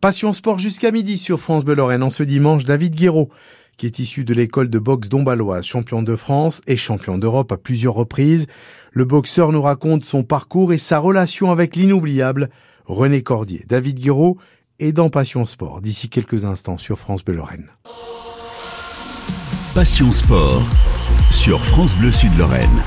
Passion sport jusqu'à midi sur France Bleu Lorraine. En ce dimanche, David Guéraud, qui est issu de l'école de boxe dombasloise, champion de France et champion d'Europe à plusieurs reprises. Le boxeur nous raconte son parcours et sa relation avec l'inoubliable René Cordier. David Guéraud est dans Passion Sport d'ici quelques instants sur France Bleu Lorraine. Passion Sport sur France Bleu Sud Lorraine.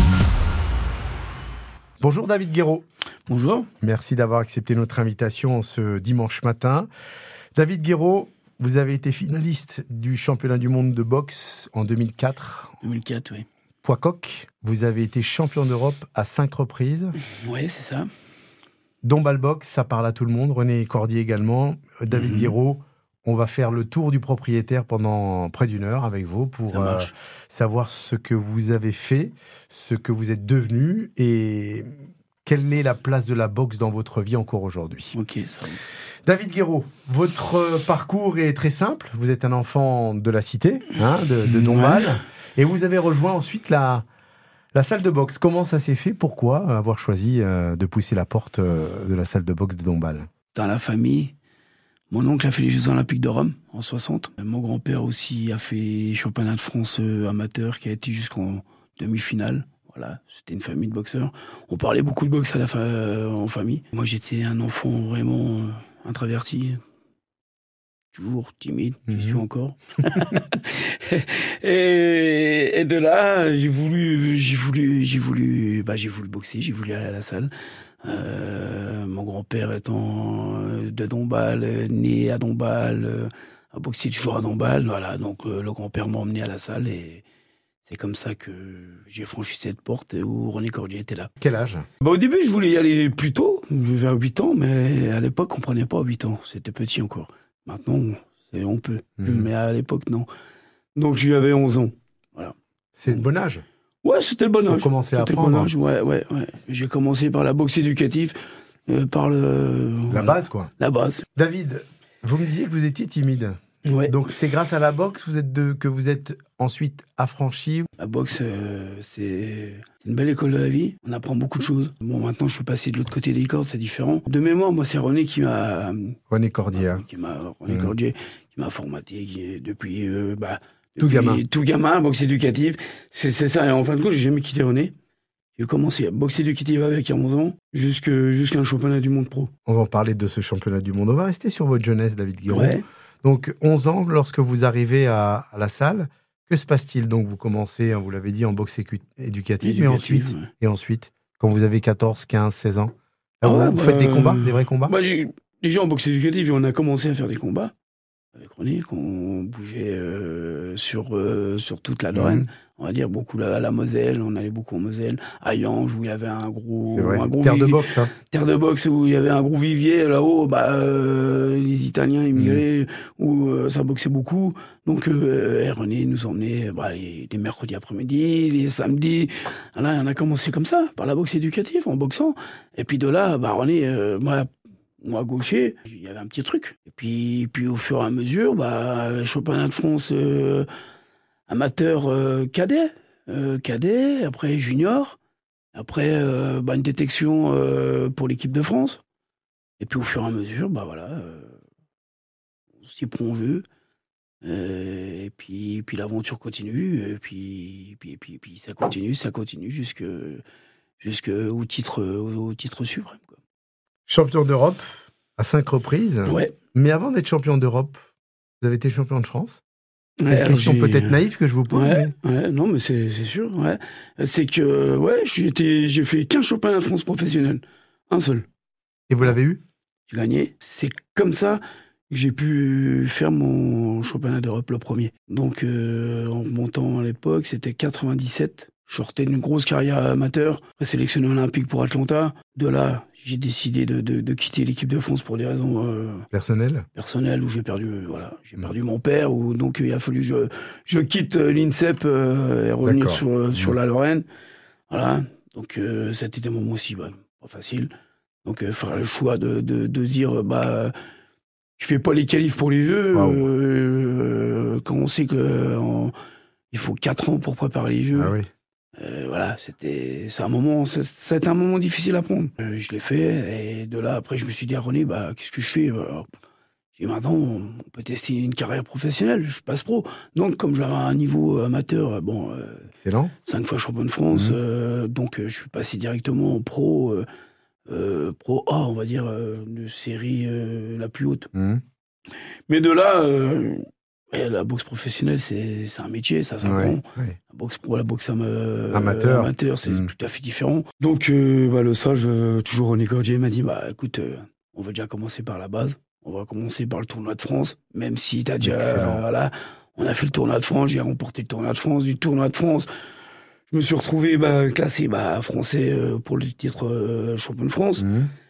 Bonjour David Guéraud. Bonjour. Merci d'avoir accepté notre invitation ce dimanche matin. David Guéraud, vous avez été finaliste du championnat du monde de boxe en 2004. 2004, oui. Poids coq, vous avez été champion d'Europe à 5 reprises. Oui, c'est ça. Dombal boxe, ça parle à tout le monde. René Cordier également. David Guéraud, on va faire le tour du propriétaire pendant près d'une heure avec vous pour savoir ce que vous avez fait, ce que vous êtes devenu et quelle est la place de la boxe dans votre vie encore aujourd'hui. Ok, ça va. David Guéraud, votre parcours est très simple. Vous êtes un enfant de la cité, de Dombasle, et vous avez rejoint ensuite la salle de boxe. Comment ça s'est fait ? Pourquoi avoir choisi de pousser la porte de la salle de boxe de Dombasle ? Dans la famille, mon oncle a fait les Jeux Olympiques de Rome en 60. Mon grand-père aussi a fait championnat de France amateur qui a été jusqu'en demi-finale. Voilà, c'était une famille de boxeurs. On parlait beaucoup de boxe en famille. Moi, j'étais un enfant vraiment introverti, toujours timide, j'y suis encore. et de là, j'ai voulu boxer, j'ai voulu aller à la salle. Mon grand-père étant de Dombasle, né à Dombasle, a boxé toujours à Dombasle. Voilà, donc le grand-père m'a emmené à la salle et c'est comme ça que j'ai franchi cette porte où René Cordier était là. Quel âge ? Au début, je voulais y aller plus tôt, vers 8 ans, mais à l'époque, on ne prenait pas 8 ans. C'était petit encore. Maintenant, on peut. Mais à l'époque, non. Donc, j'avais 11 ans. Voilà. C'est le bon âge ? Ouais, c'était le bon âge. Pour commencer à apprendre. Bon âge. Ouais. J'ai commencé par la boxe éducative, par la base, quoi. La base. David, vous me disiez que vous étiez timide. Ouais. Donc c'est grâce à la boxe que vous êtes ensuite affranchi. La boxe, c'est une belle école de la vie. On apprend beaucoup de choses. Bon, maintenant, je suis passé de l'autre côté des cordes, c'est différent. De mémoire, moi, c'est René qui m'a... René Cordier. René Cordier, qui m'a formaté depuis... Tout gamin, boxe éducative. C'est ça. Et en fin de compte, j'ai jamais quitté René. J'ai commencé à boxe éducative avec à 11 ans, jusqu'à un championnat du monde pro. On va en parler de ce championnat du monde. On va rester sur votre jeunesse, David Guéraud. Ouais. Donc, 11 ans, lorsque vous arrivez à la salle, que se passe-t-il ? Donc, vous commencez, vous l'avez dit, en boxe éducative, et ensuite, quand vous avez 14, 15, 16 ans, vous faites des combats, des vrais combats ? Déjà, en boxe éducative, on a commencé à faire des combats avec René, qu'on bougeait sur toute la Lorraine. On va dire beaucoup à la Moselle, on allait beaucoup en Moselle, à Yange où il y avait un gros terre de boxe, hein. Terre de boxe où il y avait un gros vivier là-haut, les Italiens immigrés où ça boxait beaucoup. Donc René nous emmenait les mercredis après-midi, les samedis. Là, on a commencé comme ça, par la boxe éducative, en boxant. Et puis de là, René, moi gaucher, il y avait un petit truc. Et puis au fur et à mesure, championnat de France amateur cadet, après junior, après une détection pour l'équipe de France. Et puis au fur et à mesure, on s'y prend au jeu. Et puis l'aventure continue. Et puis ça continue jusqu'au titre suprême, quoi. Champion d'Europe à 5 reprises. Ouais. Mais avant d'être champion d'Europe, vous avez été champion de France ? C'est une question peut-être naïve que je vous pose. Non, mais c'est sûr. Ouais. C'est que j'ai fait 15 championnats de France professionnels. Un seul. Et vous l'avez eu ? J'ai gagné. C'est comme ça que j'ai pu faire mon championnat d'Europe, le premier. Donc, en montant à l'époque, c'était 97. Je sortais d'une grosse carrière amateur, sélectionné olympique pour Atlanta. De là, j'ai décidé de quitter l'équipe de France pour des raisons personnelles où j'ai perdu mon père, où donc il a fallu que je quitte l'INSEP et revenir sur la Lorraine. Voilà. Donc c'était un moment aussi pas facile. Donc faire le choix de dire je fais pas les qualifs pour les Jeux. Quand on sait que il faut 4 ans pour préparer les Jeux. Ah oui. C'est un moment difficile à prendre. Je l'ai fait et de là après je me suis dit à René, qu'est-ce que je fais J'ai dit, maintenant, on peut tester une carrière professionnelle, je passe pro. Donc, comme j'avais un niveau amateur, excellent. 5 fois champion de France, donc je suis passé directement en pro, pro A, on va dire, de série la plus haute. Mais de là, la boxe professionnelle, c'est un métier, ça s'apprend. La boxe pro, la boxe amateur, c'est tout à fait différent. Donc, le sage, toujours René Cordier m'a dit, écoute, on va déjà commencer par la base. On va commencer par le tournoi de France, même si t'as déjà... on a fait le tournoi de France, j'ai remporté le tournoi de France. Du tournoi de France, je me suis retrouvé classé français pour le titre champion de France.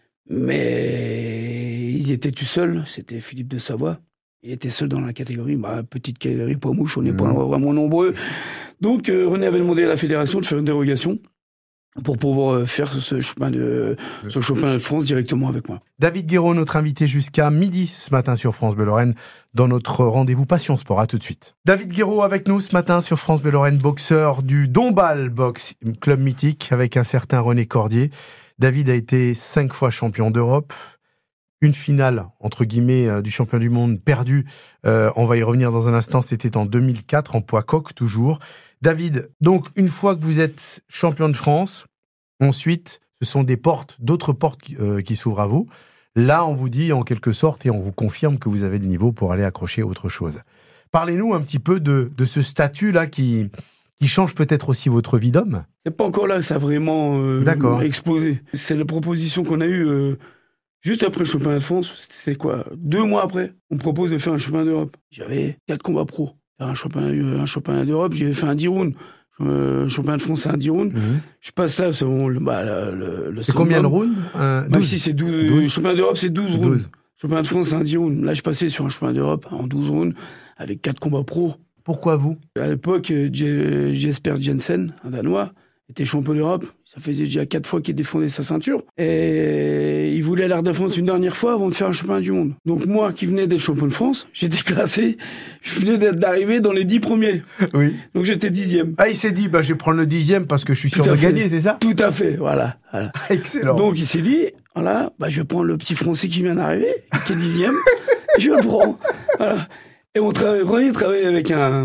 Mais il était tout seul, c'était Philippe de Savoie. Il était seul dans la catégorie, petite catégorie poids mouche, on n'est pas vraiment nombreux. Donc René avait demandé à la fédération de faire une dérogation pour pouvoir faire ce championnat de France directement avec moi. David Guéraud, notre invité jusqu'à midi ce matin sur France Bleu Lorraine, dans notre rendez-vous Passion Sport. À tout de suite. David Guéraud avec nous ce matin sur France Bleu Lorraine, boxeur du Dombasle Boxe, club mythique avec un certain René Cordier. David a été 5 fois champion d'Europe. Une finale, entre guillemets, du champion du monde perdue. On va y revenir dans un instant. C'était en 2004, en poids coq toujours. David, donc, une fois que vous êtes champion de France, ensuite, ce sont d'autres portes qui s'ouvrent à vous. Là, on vous dit, en quelque sorte, et on vous confirme que vous avez le niveau pour aller accrocher autre chose. Parlez-nous un petit peu de ce statut-là qui change peut-être aussi votre vie d'homme. C'est pas encore là que ça a vraiment explosé. C'est la proposition qu'on a eue juste après le championnat de France. C'est quoi ? 2 mois après, on me propose de faire un championnat d'Europe. J'avais 4 combats pro. Un championnat d'Europe, j'ai fait un 10 rounds. Championnat de France, c'est un 10 rounds. Je passe là, c'est bon, le c'est combien de rounds? Ici, c'est 12. Championnat d'Europe, c'est 12 rounds. Championnat de France, c'est un 10 rounds. Là, je passais sur un championnat d'Europe en 12 rounds avec 4 combats pro. Pourquoi vous? À l'époque, Jesper Jensen, un Danois, était champion d'Europe. Ça faisait déjà 4 fois qu'il défendait sa ceinture. Et il voulait la redéfendre une dernière fois avant de faire un championnat du monde. Donc moi, qui venais d'être champion de France, j'étais classé. Je venais d'arriver dans les 10 premiers. Oui. Donc j'étais 10e. Ah, il s'est dit, je vais prendre le 10e parce que je suis sûr de gagner, c'est ça? Tout à fait, voilà. Excellent. Donc il s'est dit, je vais prendre le petit Français qui vient d'arriver, qui est 10e. Je le prends. Voilà. Et René travaillait avec un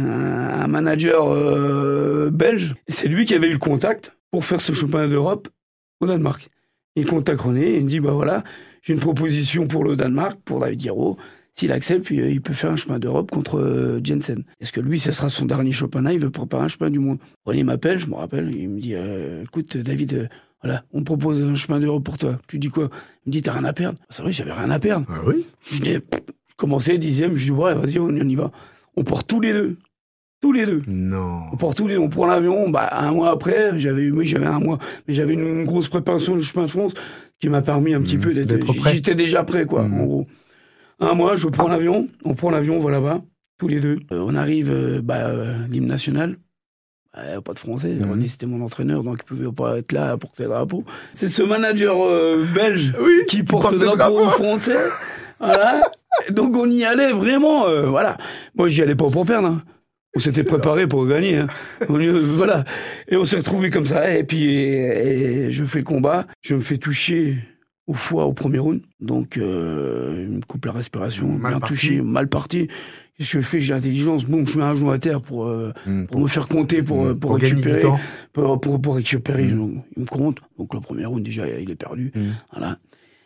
manager belge. Et c'est lui qui avait eu le contact pour faire ce championnat d'Europe au Danemark. Il contacte René et il me dit, j'ai une proposition pour le Danemark, pour David Guéraud. S'il accepte, il peut faire un championnat d'Europe contre Jensen. Est-ce que lui, ce sera son dernier championnat? Il veut préparer un championnat du monde. René m'appelle, je me rappelle, il me dit, écoute David, on me propose un championnat d'Europe pour toi. Tu dis quoi? Il me dit, t'as rien à perdre. C'est vrai, j'avais rien à perdre. Ah oui? Je dis, commencé 10e, je dis vas-y, on y va. On part tous les deux. Tous les deux. Non. On part tous les deux. On prend l'avion. Un mois après, j'avais un mois, mais j'avais une grosse préparation du chemin de France qui m'a permis un petit peu d'être prêt. J'étais déjà prêt, quoi, en gros. Un mois, je prends l'avion. On prend l'avion, on va là-bas, tous les deux. On arrive, l'hymne national. Pas de français. René, c'était mon entraîneur, donc il pouvait pas être là pour porter le drapeau. C'est ce manager belge qui porte le drapeau français. Voilà. Donc on y allait vraiment, Moi, j'y allais pas pour perdre. Hein. On s'était préparé pour gagner. Hein. Voilà. Et on s'est retrouvés comme ça. Et puis, je fais le combat. Je me fais toucher au foie au premier round. Donc, il me coupe la respiration. Bien touché, mal parti. Qu'est-ce que je fais? J'ai l'intelligence. Boum, je mets un genou à terre pour me faire compter, pour récupérer. Pour récupérer. Donc, il me compte. Donc, le premier round, déjà, il est perdu. Voilà.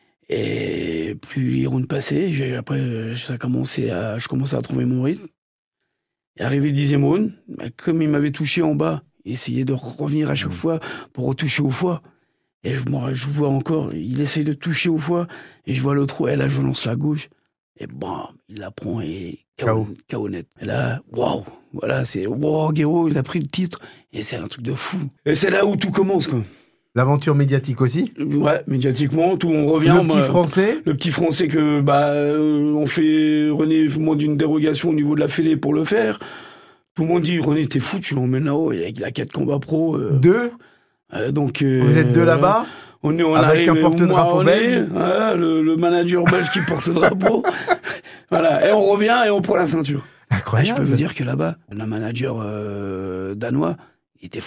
Et plus les rounds passaient, je commençais à trouver mon rythme. Et arrivé le 10e round, comme il m'avait touché en bas, il essayait de revenir à chaque fois pour retoucher au foie. Et je vois encore, il essaye de toucher au foie, et je vois l'autre, et là je lance la gauche, et bam, il la prend, et KO net. Et là, waouh, voilà, Guéraud, il a pris le titre, et c'est un truc de fou. Et c'est là où tout commence, quoi. L'aventure médiatique aussi? Ouais, médiatiquement, on revient. Le petit Français que, on fait, René demande une dérogation au niveau de la Fédé pour le faire. Tout le monde dit, René, t'es fou, tu l'emmènes là-haut, il a 4 combats pro. 2? Donc, vous êtes 2 là-bas? On avec arrive, un porte-drapeau belge? Le manager belge qui porte le drapeau. Voilà. Et on revient et on prend la ceinture. Incroyable. Et je peux vous dire que là-bas, le manager danois, il était fou.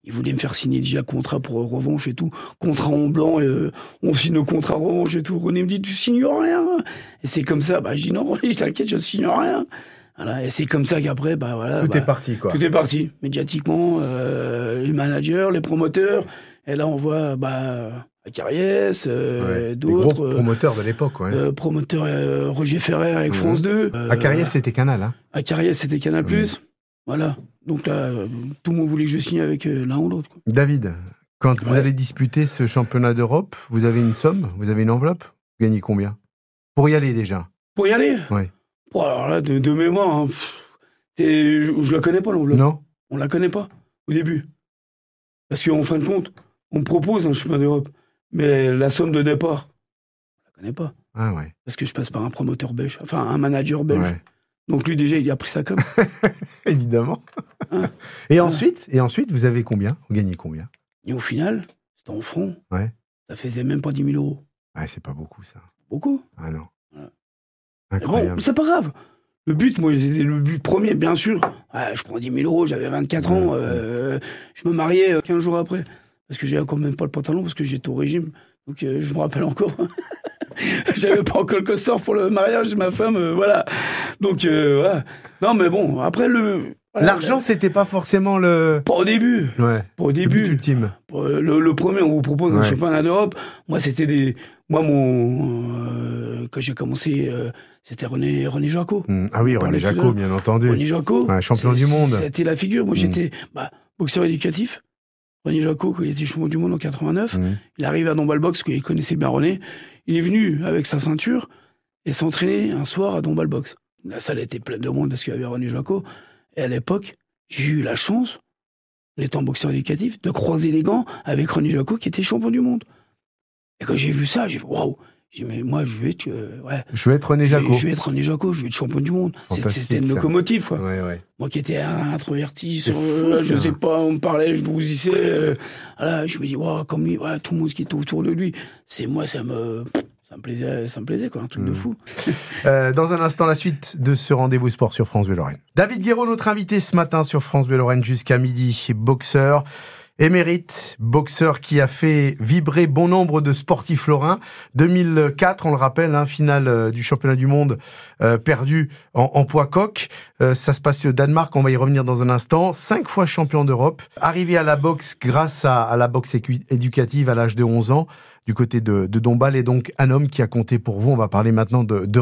Il voulait me faire signer déjà le contrat pour revanche et tout. Contrat en blanc, on signe le contrat revanche et tout. René me dit, tu signes rien. Et c'est comme ça. Je dis, non, René, t'inquiète, je signe rien. Voilà. Et c'est comme ça qu'après, voilà. Tout est parti, quoi. Tout est parti. Médiatiquement, les managers, les promoteurs. Et là, on voit, Acariès, d'autres. Les gros promoteurs de l'époque, ouais. Promoteur Roger Ferrer avec France 2. Acariès, c'était Canal, hein. Acariès, c'était Canal+. Voilà. Donc là, tout le monde voulait que je signe avec l'un ou l'autre, quoi. David, quand vous allez disputer ce championnat d'Europe, vous avez une somme, vous avez une enveloppe, vous gagnez combien? Pour y aller, déjà. Pour y aller? Oui. Bon, alors là, de mémoire, hein, je la connais pas, l'enveloppe. Non. On la connaît pas, au début. Parce qu'en fin de compte, on me propose un championnat d'Europe. Mais la somme de départ, on la connaît pas. Ah ouais. Parce que je passe par un promoteur belge, enfin un manager belge. Ouais. Donc lui, déjà, il a pris ça comme. Évidemment. Hein. Et ensuite, vous avez combien? Vous gagnez combien? Et au final, c'était en francs. Ouais. Ça faisait même pas 10 000 euros. Ouais, c'est pas beaucoup, ça. Beaucoup. Ah non. Voilà. Incroyable. Bon, c'est pas grave. Le but, moi, c'était le but premier, bien sûr. Ouais, je prends 10 000 euros, j'avais 24 ans. Je me mariais 15 jours après. Parce que j'avais quand même pas le pantalon, parce que j'étais au régime. Donc, je me rappelle encore. J'avais pas encore le costard pour le mariage de ma femme, voilà. Donc, voilà. Non, mais bon, après, l'argent, c'était pas forcément le... Pas au début. Ouais. Pas au début. Le but ultime. Le premier, on vous propose un championnat d'Europe. Moi, c'était quand j'ai commencé, c'était René Jacot. Ah oui, René Jacot, bien entendu. René Jacot. Ouais, champion du monde. C'était la figure. Moi, j'étais boxeur éducatif. René Jacot, quand il était champion du monde en 89, il arrive à Dombasle-Boxe, parce qu'il connaissait bien René. Il est venu avec sa ceinture et s'entraîner un soir à Dombasle-Boxe. La salle était pleine de monde parce qu'il y avait René Jacot. Et à l'époque, j'ai eu la chance, en étant boxeur éducatif, de croiser les gants avec René Jacot, qui était champion du monde. Et quand j'ai vu ça, j'ai fait waouh! J'ai dit, mais moi, je veux être René Jacot. Je veux être René Jacot, je veux être champion du monde. C'était une locomotive, quoi. Ouais. Moi qui étais introverti, je sais pas, on me parlait, je bousissais. Voilà, je me dis, waouh, comme lui, tout le monde qui était autour de lui. Ça me plaisait, quoi, un truc de fou. Dans un instant, la suite de ce rendez-vous sport sur France Bleu Lorraine. David Guéraud, notre invité ce matin sur France Bleu Lorraine jusqu'à midi, boxeur émérite, boxeur qui a fait vibrer bon nombre de sportifs lorrains. 2004, on le rappelle, finale du championnat du monde perdu en poids coq. Ça se passait au Danemark, on va y revenir dans un instant. 5 fois champion d'Europe, arrivé à la boxe grâce à la boxe éducative à l'âge de 11 ans. Du côté de Dombasle, et donc un homme qui a compté pour vous. On va parler maintenant de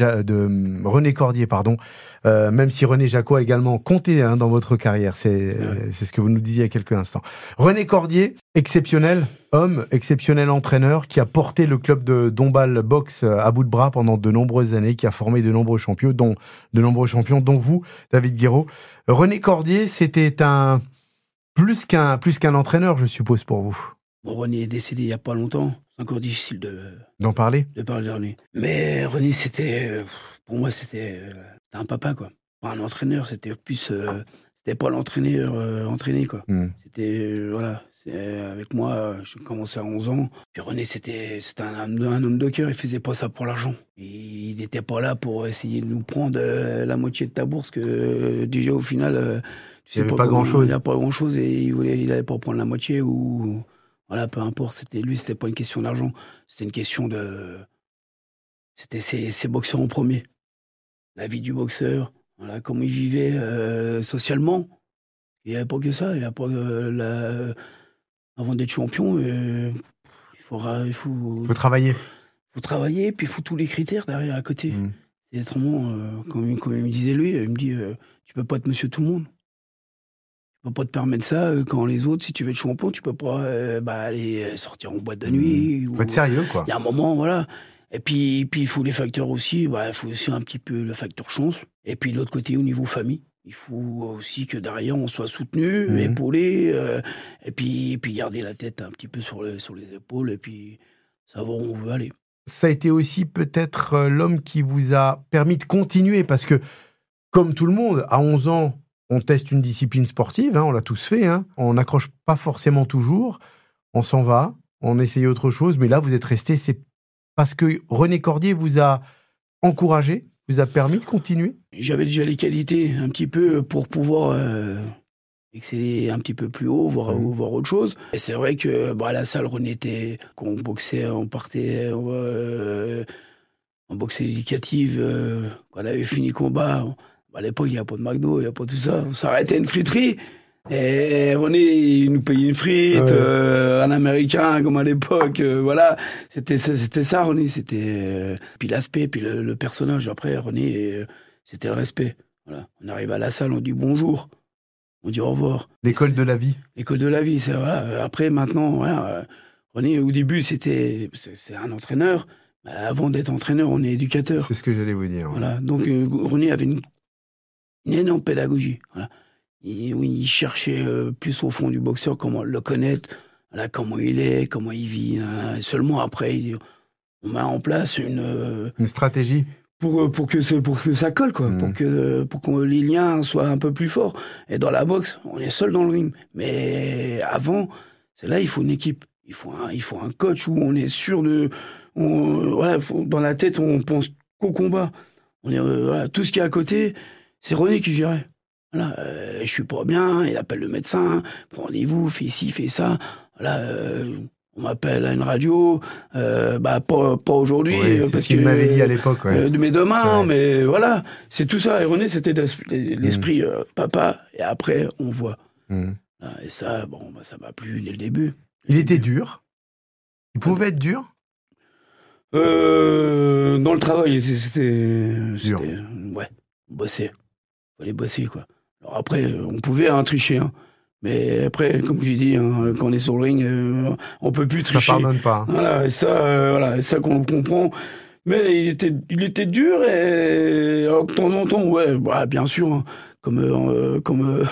René Cordier, pardon. Même si René Jacot a également compté dans votre carrière, c'est ce que vous nous disiez il y a quelques instants. René Cordier, exceptionnel homme, exceptionnel entraîneur, qui a porté le club de Dombasle Boxe à bout de bras pendant de nombreuses années, qui a formé de nombreux champions, dont vous, David Guéraud. René Cordier, c'était plus qu'un entraîneur, je suppose, pour vous. Bon, René est décédé il n'y a pas longtemps. C'est encore difficile d'en parler. De parler de René. Mais René, pour moi, c'était un papa, quoi. Pas un entraîneur, c'était plus... c'était pas l'entraîneur entraîné, quoi. C'était... avec moi, je commençais à 11 ans. Puis René, c'était un homme de cœur. Il faisait pas ça pour l'argent. Il n'était pas là pour essayer de nous prendre la moitié de ta bourse, que déjà, au final... il n'y avait pas grand-chose. Il n'y a pas grand-chose et il n'allait pas prendre la moitié ou... Voilà, peu importe, c'était pas une question d'argent, c'était une question de... C'était ses boxeurs en premier. La vie du boxeur, voilà, comment il vivait socialement. Il n'y avait pas que ça, il n'y a pas avant d'être champion, il faut travailler. Il faut travailler, puis il faut tous les critères derrière à côté. C'est autrement, comme il me disait lui, il me dit, tu peux pas être monsieur tout le monde. Tu peux pas te permettre ça quand les autres, si tu veux être champion, tu peux pas aller sortir en boîte de nuit. Faut être sérieux, quoi. Il y a un moment, voilà. Et puis il faut les facteurs aussi. Il faut aussi un petit peu le facteur chance. Et puis de l'autre côté, au niveau famille, il faut aussi que derrière on soit soutenu, épaulé, et puis garder la tête un petit peu sur les épaules, et puis savoir où on veut aller. Ça a été aussi peut-être l'homme qui vous a permis de continuer, parce que comme tout le monde, à 11 ans, on teste une discipline sportive, on l'a tous fait, on n'accroche pas forcément toujours, on s'en va, on essaye autre chose, mais là vous êtes resté, c'est parce que René Cordier vous a encouragé, vous a permis de continuer? J'avais déjà les qualités un petit peu pour pouvoir exceller un petit peu plus haut, voir autre chose. Et c'est vrai que à la salle, René était, quand on boxait, on partait en boxe éducative, quand on avait fini combat. À l'époque, il n'y a pas de McDo, il n'y a pas tout ça. On s'arrêtait à une friterie. Et René, il nous payait une frite, un américain, comme à l'époque, voilà. C'était ça, René. C'était, puis l'aspect, puis le personnage. Après, René, c'était le respect. Voilà. On arrive à la salle, on dit bonjour. On dit au revoir. L'école de la vie. L'école de la vie, c'est voilà. Après, maintenant, voilà. René, au début, c'est un entraîneur. Avant d'être entraîneur, on est éducateur. C'est ce que j'allais vous dire. Voilà. Donc, René avait une énorme pédagogie. Voilà. Il cherchait plus au fond du boxeur, comment le connaître, voilà, comment il est, comment il vit. Seulement après, on met en place une stratégie pour que ça colle, quoi, pour que les liens soient un peu plus forts. Et dans la boxe, on est seul dans le ring. Mais avant, c'est là, il faut une équipe. Il faut un coach où on est sûr de... voilà, dans la tête, on pense qu'au combat. Voilà, tout ce qui est à côté, c'est René qui gérait. Voilà, je suis pas bien, il appelle le médecin, prend rendez-vous, fait ci, fait ça. Voilà, on m'appelle à une radio, pas aujourd'hui, oui, parce qu'il m'avait dit à l'époque, mais demain, mais voilà, c'est tout ça. Et René, c'était l'esprit papa, et après, on voit. Et ça, ça m'a plu dès le début. Il était dur. Il pouvait être dur. Dans le travail, c'était ouais, bosser. Fallait bosser, quoi. Alors après, on pouvait tricher, hein. Mais après, comme j'ai dit, quand on est sur le ring, on peut plus tricher. Ça pardonne pas. Voilà, et ça qu'on comprend. Mais il était dur et alors, de temps en temps, ouais, bien sûr, hein, comme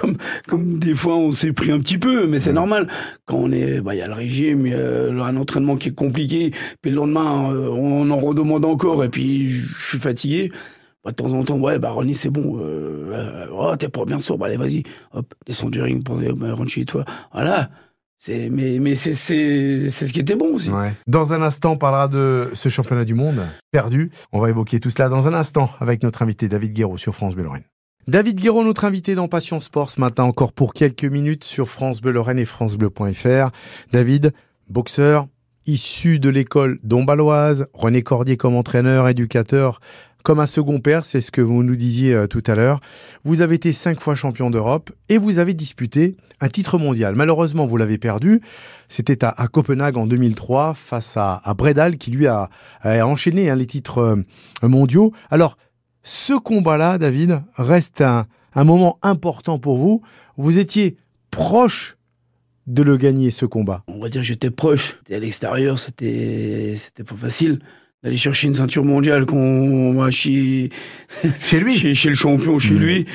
des fois on s'est pris un petit peu, mais c'est normal. Quand on est, il y a le régime, il y a un entraînement qui est compliqué, puis le lendemain, on en redemande encore, et puis je suis fatigué. De temps en temps, René, c'est bon. T'es pas bien sûr. Allez, vas-y. Hop, descends du ring pour rentre chez toi. Voilà. Mais c'est ce qui était bon aussi. Ouais. Dans un instant, on parlera de ce championnat du monde perdu. On va évoquer tout cela dans un instant avec notre invité David Guéraud sur France Bleu Lorraine. David Guéraud, notre invité dans Passion Sport ce matin, encore pour quelques minutes sur France Bleu Lorraine et francebleu.fr. David, boxeur, issu de l'école dombasloise, René Cordier comme entraîneur, éducateur, comme un second père, c'est ce que vous nous disiez tout à l'heure. Vous avez été 5 fois champion d'Europe et vous avez disputé un titre mondial. Malheureusement, vous l'avez perdu. C'était à Copenhague en 2003 face à Bredal qui lui a enchaîné les titres mondiaux. Alors, ce combat-là, David, reste un moment important pour vous. Vous étiez proche de le gagner, ce combat. On va dire que j'étais proche. À l'extérieur, c'était pas facile d'aller chercher une ceinture mondiale qu'on va chez lui, chez le champion, chez lui.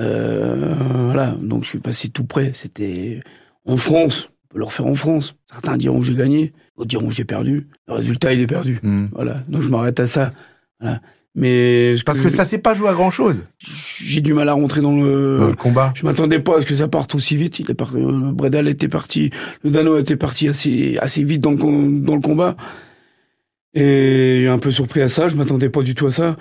Voilà, donc je suis passé tout près. C'était en France. On peut le refaire en France. Certains diront que j'ai gagné, d'autres diront que j'ai perdu. Le résultat, il est perdu. Voilà, donc je m'arrête à ça. Voilà. Mais parce que ça s'est pas joué à grand chose. J'ai du mal à rentrer dans le combat. Je m'attendais pas à ce que ça parte aussi vite. Bredal était parti, le Danois était parti assez vite dans le combat. Et un peu surpris à ça, je m'attendais pas du tout à ça.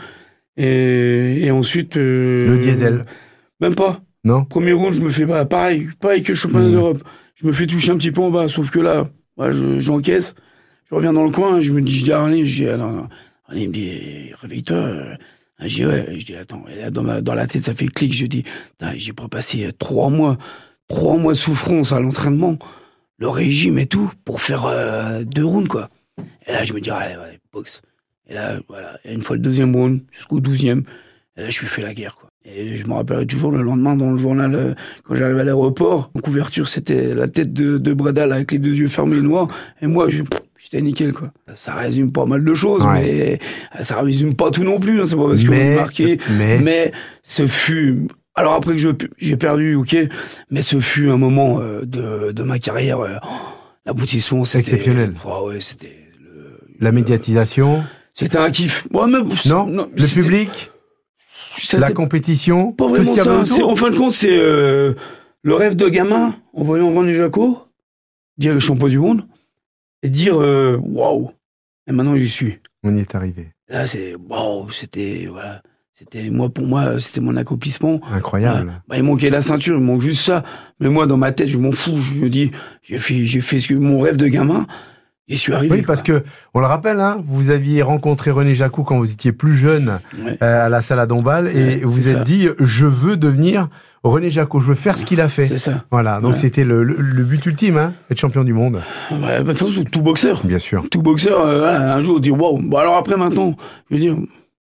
Et ensuite... le diesel. Même pas. Non. Premier round, je me fais pareil que le championnat d'Europe. Je me fais toucher un petit peu en bas, sauf que là, j'encaisse. Je reviens dans le coin, je dis à René, alors, René me dit, réveille-toi. Je dis, ouais. Je dis, attends. Et là, dans la tête, ça fait clic. Je dis, j'ai pas passé 3 mois de souffrance à l'entraînement, le régime et tout, pour faire 2 rounds, quoi. Et là, je me dis, allez, boxe. Et là, voilà, et une fois le 2e round, jusqu'au 12e, et là, je lui fais la guerre, quoi. Et je me rappellerai toujours le lendemain dans le journal, quand j'arrive à l'aéroport, en couverture, c'était la tête de Bredal avec les 2 yeux fermés noirs, et moi, j'étais nickel, quoi. Ça résume pas mal de choses, mais ça résume pas tout non plus, hein, c'est pas parce qu'on est marqué, mais ce fut... Alors après que j'ai perdu, ok, mais ce fut un moment de ma carrière, l'aboutissement, c'était... exceptionnel. C'était... La médiatisation. C'était un kiff. Non, le public, la compétition, pas tout ce qu'il y avait autour. En fin de compte, c'est le rêve de gamin en voyant René Jacot dire le champion du monde et dire waouh. Et maintenant j'y suis. On y est arrivé. Là c'est waouh, c'était voilà. Pour moi, c'était mon accomplissement. Incroyable. Il manquait la ceinture, il manque juste ça. Mais moi, dans ma tête, je m'en fous. Je me dis, j'ai fait mon rêve de gamin. Et je suis arrivé. Oui, parce que, on le rappelle, hein, vous aviez rencontré René Jacou quand vous étiez plus jeune, à la salle à Dombasle, et vous vous êtes dit, je veux devenir René Jacou, je veux faire ce qu'il a fait. C'est ça. Voilà. Donc c'était le but ultime, hein, être champion du monde. De toute façon, tout boxeur. Bien sûr. Tout boxeur, un jour, dire, waouh. Bon, alors après, maintenant, je veux dire,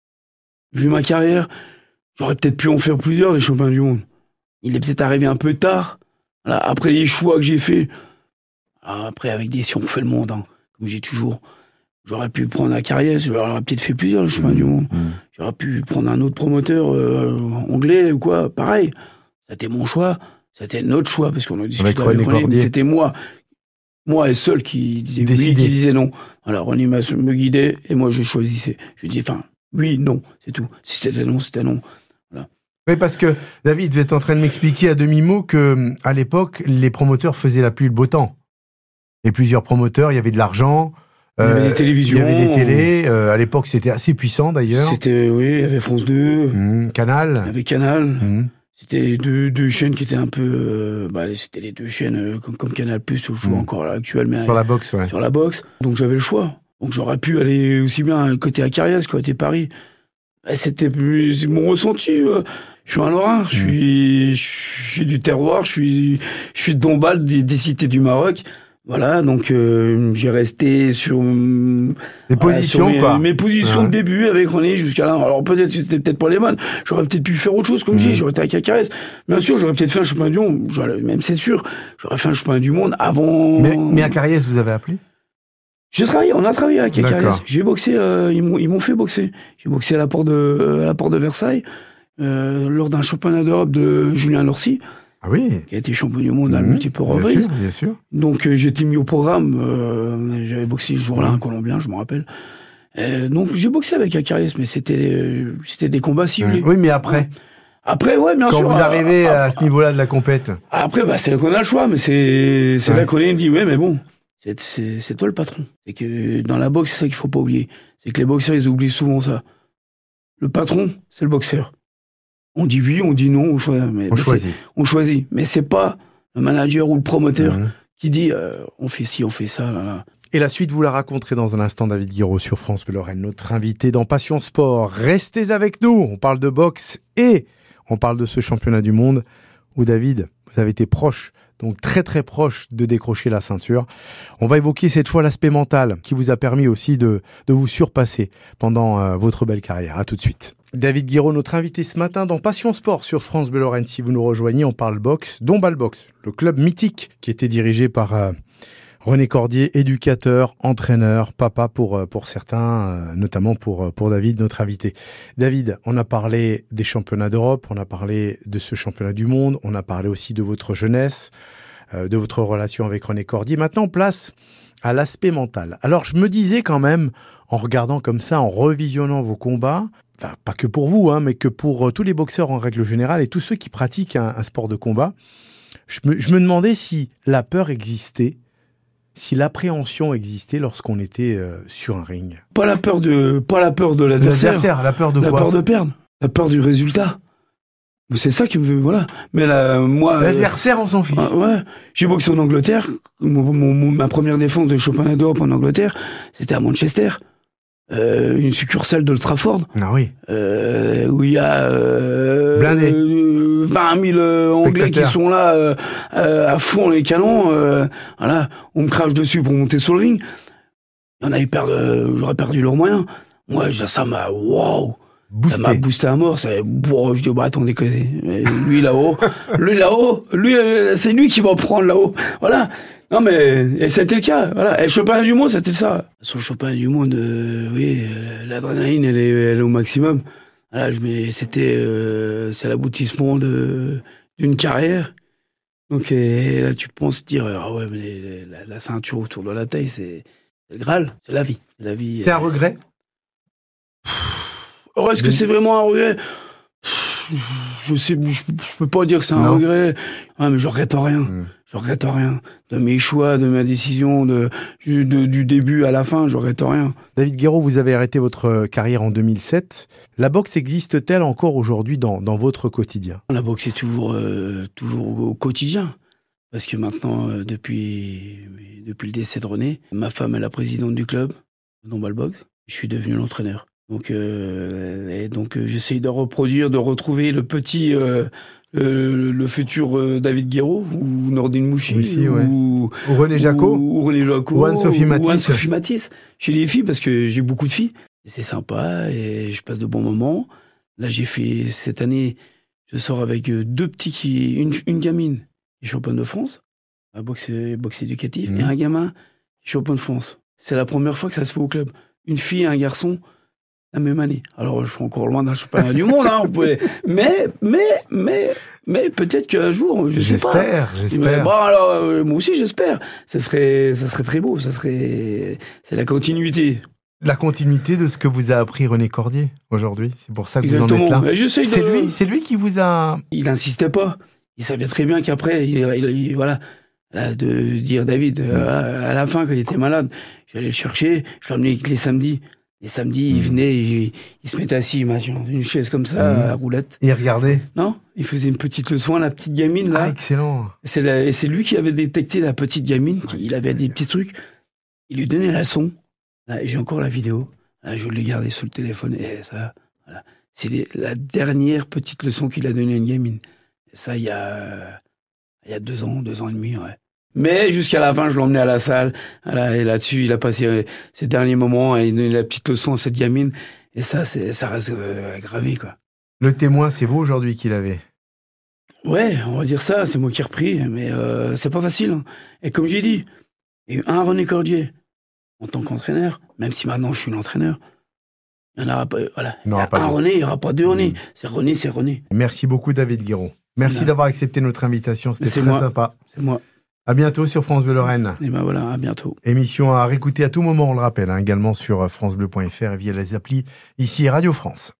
vu ma carrière, j'aurais peut-être pu en faire plusieurs, des champions du monde. Il est peut-être arrivé un peu tard. Voilà, après les choix que j'ai faits, après, avec des si on fait le monde, hein, comme j'ai toujours, j'aurais pu prendre la carrière, j'aurais peut-être fait plusieurs le champion du monde. J'aurais pu prendre un autre promoteur anglais ou quoi, pareil. C'était mon choix, c'était notre choix, parce qu'on a discuté avec René, mais c'était moi et seul qui disait oui, qui disait non. Alors René me guidait et moi je choisissais. Je disais, oui, non, c'est tout. Si c'était non, c'était non. Voilà. Oui, parce que David, vous êtes en train de m'expliquer à demi-mot que à l'époque, les promoteurs faisaient la pluie et le beau temps. Et plusieurs promoteurs, il y avait de l'argent. Il y avait des télévisions. Il y avait des télés. À l'époque, c'était assez puissant d'ailleurs. Oui, il y avait France 2. Canal. Il y avait Canal. C'était deux chaînes qui étaient un peu... c'était les deux chaînes comme Canal+, où je joue encore à l'actuel. Mais sur la boxe, ouais. Sur la boxe. Donc j'avais le choix. Donc j'aurais pu aller aussi bien côté Acarias, côté Paris. C'était mon ressenti. Je suis un Lorrain, je suis du terroir, je suis de Dombasle, des cités du Maroc. Voilà, donc j'ai resté sur les positions, mes positions de début avec René jusqu'à là. Alors peut-être c'était peut-être pas les bonnes. J'aurais peut-être pu faire autre chose, comme je dis. J'aurais été à Cacarès. Bien sûr, j'aurais peut-être fait un championnat du monde. Même c'est sûr, j'aurais fait un championnat du monde avant. Mais à Cacarès, vous avez appelé? On a travaillé à Cacarès. J'ai boxé. Ils m'ont fait boxer. J'ai boxé à la porte de Versailles lors d'un championnat d'Europe de Julien Lorcy. Ah oui. Qui a été champion du monde à multiples reprises. Bien sûr. Donc j'étais mis au programme. J'avais boxé ce jour-là un Colombien, je me rappelle. Donc j'ai boxé avec Acarias, mais c'était des combats ciblés. Oui, mais après. Après, ouais, bien sûr. Quand vous arrivez à ce niveau-là de la compète. Après, c'est là qu'on a le choix, mais c'est là qu'on me dit, ouais, mais bon, c'est toi le patron. C'est que dans la boxe, c'est ça qu'il faut pas oublier. C'est que les boxeurs, ils oublient souvent ça. Le patron, c'est le boxeur. On dit oui, on dit non, on choisit. On choisit. Mais c'est pas le manager ou le promoteur qui dit on fait ci, on fait ça. Là. Et la suite, vous la raconterez dans un instant, David Guiraud sur France Bleu Lorraine, notre invité dans Passion Sport. Restez avec nous. On parle de boxe et on parle de ce championnat du monde où, David, vous avez été proche, donc très très proche de décrocher la ceinture. On va évoquer cette fois l'aspect mental qui vous a permis aussi de vous surpasser pendant votre belle carrière. À tout de suite. David Guiraud, notre invité ce matin dans Passion Sport sur France Bleu Lorraine. Si vous nous rejoignez, on parle boxe, Dombasle Boxe, le club mythique qui était dirigé par René Cordier, éducateur, entraîneur, papa pour certains, notamment pour David, notre invité. David, on a parlé des championnats d'Europe, on a parlé de ce championnat du monde, on a parlé aussi de votre jeunesse, de votre relation avec René Cordier. Maintenant, place à l'aspect mental. Alors, je me disais quand même, en regardant comme ça, en revisionnant vos combats, enfin, pas que pour vous, mais que pour tous les boxeurs en règle générale et tous ceux qui pratiquent un sport de combat, je me demandais si la peur existait, si l'appréhension existait lorsqu'on était sur un ring. Pas la peur de l'adversaire. La peur de quoi? La peur de perdre. La peur du résultat. C'est ça qui me... Voilà. Mais moi... L'adversaire, on s'en fiche. Ouais. J'ai boxé en Angleterre. Ma première défense de championnat d'Europe en Angleterre, c'était à Manchester. Une succursale de Old Trafford. Ah oui. Où il y a... blindé. 20 000 Anglais qui sont là à fond les canons. Voilà. On me crache dessus pour monter sur le ring. J'aurais perdu leurs moyens. Moi, ça m'a... Waouh. Ça m'a boosté à mort. Je dis, attendez, lui là-haut, c'est lui qui va prendre là-haut. Voilà. Non, mais, et c'était le cas. Voilà. Et le championnat du monde, c'était ça. Sur le championnat du monde, oui, l'adrénaline, elle est au maximum. Voilà, c'est l'aboutissement d'une carrière. Donc, et là, tu penses dire, ouais, mais la ceinture autour de la taille, c'est le Graal. C'est la vie. C'est un regret? Alors, est-ce que c'est vraiment un regret? Je peux pas dire que c'est un regret. Ouais, mais je regrette rien. Je regrette rien. De mes choix, de ma décision, du début à la fin, je regrette rien. David Guéraud, vous avez arrêté votre carrière en 2007. La boxe existe-t-elle encore aujourd'hui dans votre quotidien? La boxe est toujours au quotidien. Parce que maintenant, depuis le décès de René, ma femme est la présidente du club, Dombal Box. Je suis devenu l'entraîneur. Donc j'essaye de reproduire, de retrouver le petit, le futur David Guéraud, ou Nordine Mouchi, ou René Jacot, ou Anne-Sophie Matisse. Chez les filles, parce que j'ai beaucoup de filles. Et c'est sympa, et je passe de bons moments. Là, j'ai fait, cette année, je sors avec deux petits, une gamine, championne de France, à boxe éducatif, et un gamin, champion de France. C'est la première fois que ça se fait au club. Une fille et un garçon, la même année. Alors, je suis encore loin d'un championnat du monde, hein, mais peut-être qu'un jour, je sais pas. J'espère. Bon, alors, moi aussi, j'espère. Ça serait très beau. C'est la continuité. La continuité de ce que vous a appris René Cordier aujourd'hui. C'est pour ça que Exactement. vous en êtes là. C'est lui qui vous a... Il insistait pas. Il savait très bien qu'après, voilà, là, de dire David, à la fin, quand il était malade, j'allais le chercher, je l'emmenais les samedis. Les samedis, il venait, il se mettait assis, dans une chaise comme ça, à roulette. Et il regardait? Non, il faisait une petite leçon à la petite gamine, là. Ah, excellent. Et c'est lui qui avait détecté la petite gamine, il avait des petits trucs. Il lui donnait la leçon. Là, j'ai encore la vidéo. Là, je l'ai gardée sur le téléphone. Et ça, voilà. C'est la dernière petite leçon qu'il a donnée à une gamine. Et ça, il y a 2 ans et demi, ouais. Mais jusqu'à la fin, je l'emmenais à la salle. Voilà, et là-dessus, il a passé ses derniers moments et il donnait la petite leçon à cette gamine. Et ça reste gravé, quoi. Le témoin, c'est vous aujourd'hui qui l'avez? Ouais, on va dire ça. C'est moi qui ai repris. Mais c'est pas facile, hein. Et comme j'ai dit, il y a eu un René Cordier en tant qu'entraîneur, même si maintenant je suis l'entraîneur. Il n'y en aura pas. Voilà. Il y aura pas un René, il n'y aura pas 2 René. C'est René, c'est René. Merci beaucoup, David Guéraud. Merci d'avoir accepté notre invitation. C'était très sympa. C'est moi. À bientôt sur France Bleu Lorraine. Et ben voilà, à bientôt. Émission à réécouter à tout moment, on le rappelle, également sur francebleu.fr et via les applis ici Radio France.